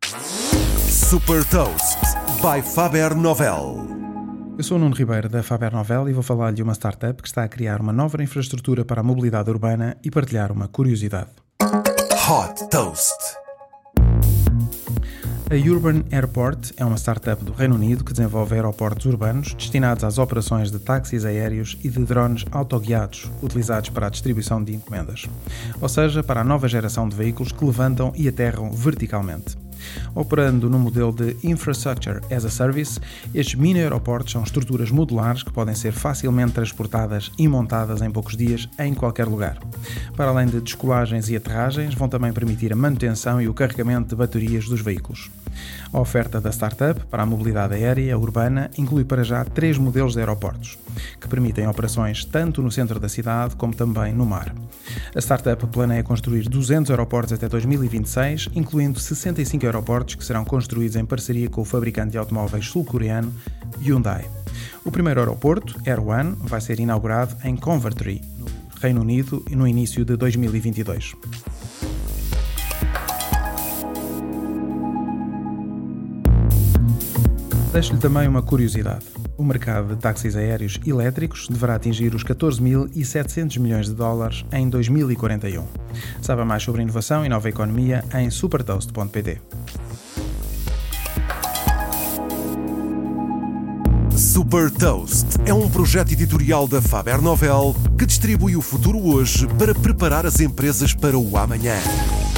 Super Toast by Faber Novel. Eu sou o Nuno Ribeiro da Faber Novel e vou falar de uma startup que está a criar uma nova infraestrutura para a mobilidade urbana e partilhar uma curiosidade. Hot Toast. A Urban Airport é uma startup do Reino Unido que desenvolve aeroportos urbanos destinados às operações de táxis aéreos e de drones autoguiados, utilizados para a distribuição de encomendas, ou seja, para a nova geração de veículos que levantam e aterram verticalmente. Operando no modelo de Infrastructure as a Service, estes mini-aeroportos são estruturas modulares que podem ser facilmente transportadas e montadas em poucos dias em qualquer lugar. Para além de descolagens e aterragens, vão também permitir a manutenção e o carregamento de baterias dos veículos. A oferta da startup para a mobilidade aérea urbana inclui para já 3 modelos de aeroportos, que permitem operações tanto no centro da cidade como também no mar. A startup planeia construir 200 aeroportos até 2026, incluindo 65 aeroportos que serão construídos em parceria com o fabricante de automóveis sul-coreano Hyundai. O primeiro aeroporto, Air One, vai ser inaugurado em Coventry, no Reino Unido, no início de 2022. Deixo-lhe também uma curiosidade. O mercado de táxis aéreos elétricos deverá atingir os 14.700 milhões de dólares em 2041. Saiba mais sobre inovação e nova economia em supertoast.pt. Super Toast é um projeto editorial da Faber Novel que distribui o futuro hoje para preparar as empresas para o amanhã.